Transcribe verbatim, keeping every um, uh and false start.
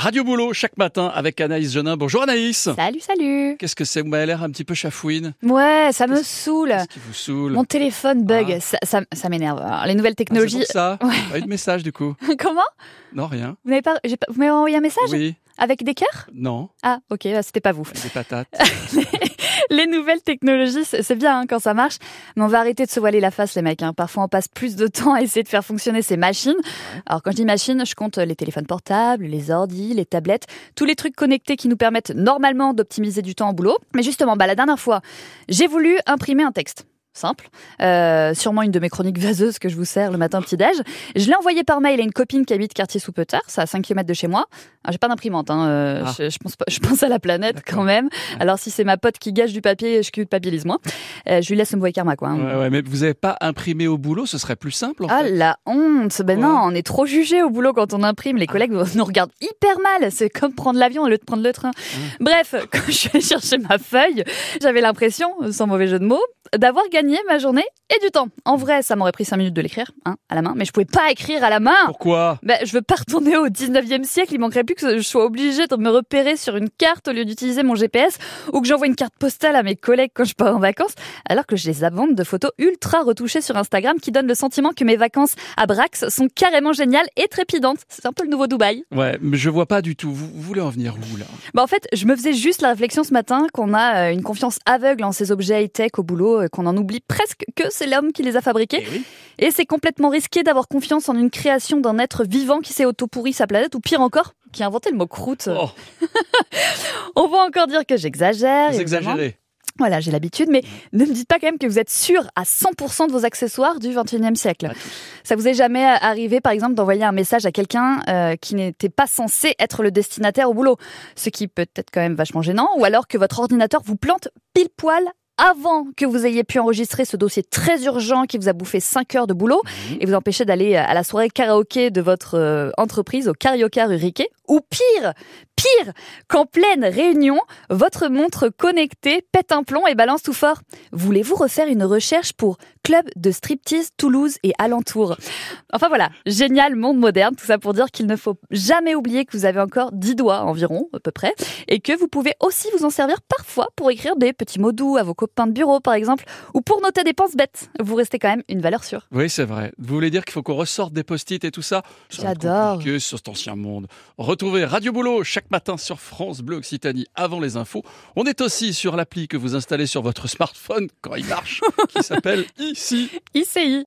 Radio Boulot chaque matin avec Anaïs Genin. Bonjour Anaïs. Salut, salut. Qu'est-ce que c'est? Vous m'avez l'air un petit peu chafouine. Ouais, ça me Qu'est-ce- saoule. Qu'est-ce qui vous saoule? Mon téléphone bug, Ah. ça, ça, ça m'énerve. Alors, les nouvelles Ah, c'est technologies. pour ça. Ouais. Pas eu de message du coup. Comment? Non, rien. Vous n'avez pas, j'ai pas, vous m'avez envoyé un message Oui. avec des cœurs? Non. Ah, ok, bah, c'était pas vous. Des patates. Les nouvelles technologies, c'est c'est bien hein, quand ça marche, mais on va arrêter de se voiler la face, les mecs. Hein. Parfois, on passe plus de temps à essayer de faire fonctionner ces machines. Alors, quand je dis machines, je compte les téléphones portables, les ordis, les tablettes, tous les trucs connectés qui nous permettent normalement d'optimiser du temps au boulot. Mais justement, bah, la dernière fois, j'ai voulu imprimer un texte. Simple, euh, sûrement une de mes chroniques vaseuses que je vous sers le matin petit-déj. Je l'ai envoyé par mail à une copine qui habite quartier sous Peuters, c'est à cinq kilomètres de chez moi. Alors, j'ai pas d'imprimante, hein, euh, Ah. je, je, pense pas, je pense à la planète D'accord. quand même. Alors si c'est ma pote qui gâche du papier, je cul de papierlise-moi. Euh, je lui laisse me voir karma, quoi. Hein. Ouais, ouais, mais vous n'avez pas imprimé au boulot, ce serait plus simple en Ah fait. la honte. Ben Quoi non, on est trop jugés au boulot quand on imprime. Les collègues nous regardent hyper mal. C'est comme prendre l'avion au lieu de prendre le train. Bref, quand je suis allée chercher ma feuille, j'avais l'impression, sans mauvais jeu de mots, d'avoir gagné ma journée et du temps. En vrai, ça m'aurait pris cinq minutes de l'écrire, hein, à la main, mais je pouvais pas écrire à la main. Pourquoi? Ben, je veux pas retourner au dix-neuvième siècle, il manquerait plus que je sois obligée de me repérer sur une carte au lieu d'utiliser mon G P S ou que j'envoie une carte postale à mes collègues quand je pars en vacances, alors que je les abonde de photos ultra retouchées sur Instagram qui donnent le sentiment que mes vacances à Brax sont carrément géniales et trépidantes. C'est un peu le nouveau Dubaï. Ouais, mais je vois pas du tout. Vous, vous voulez en venir où là? Bah en fait, je me faisais juste la réflexion ce matin qu'on a euh, une confiance aveugle en ces objets high-tech au boulot, euh, qu'on en oublie presque que c'est l'homme qui les a fabriqués. Eh oui. Et c'est complètement risqué d'avoir confiance en une création d'un être vivant qui s'est auto-pourri sa planète, ou pire encore, qui a inventé le mot croûte. Oh, On va encore dire que j'exagère. vous évidemment. exagérez. Voilà, j'ai l'habitude, mais ne me dites pas quand même que vous êtes sûr à cent pour cent de vos accessoires du vingt et unième siècle. Pas tous. Ça vous est jamais arrivé, par exemple, d'envoyer un message à quelqu'un euh, qui n'était pas censé être le destinataire au boulot, ce qui peut être quand même vachement gênant, ou alors que votre ordinateur vous plante pile poil avant que vous ayez pu enregistrer ce dossier très urgent qui vous a bouffé cinq heures de boulot et vous empêcher d'aller à la soirée karaoké de votre euh, entreprise au Carioca rue Riquet. Ou pire, pire, qu'en pleine réunion, votre montre connectée pète un plomb et balance tout fort. Voulez-vous refaire une recherche pour club de striptease Toulouse et alentours? Enfin voilà, génial monde moderne, tout ça pour dire qu'il ne faut jamais oublier que vous avez encore dix doigts environ, à peu près, et que vous pouvez aussi vous en servir parfois pour écrire des petits mots doux à vos copains de bureau, par exemple, ou pour noter des penses bêtes. Vous restez quand même une valeur sûre. Oui, c'est vrai. Vous voulez dire qu'il faut qu'on ressorte des post-it et tout ça? Ça va être J'adore. compliqué sur cet ancien monde. Retrouvez Radio Boulot chaque matin sur France Bleu Occitanie avant les infos. On est aussi sur l'appli que vous installez sur votre smartphone quand il marche, qui s'appelle Ici. I C I.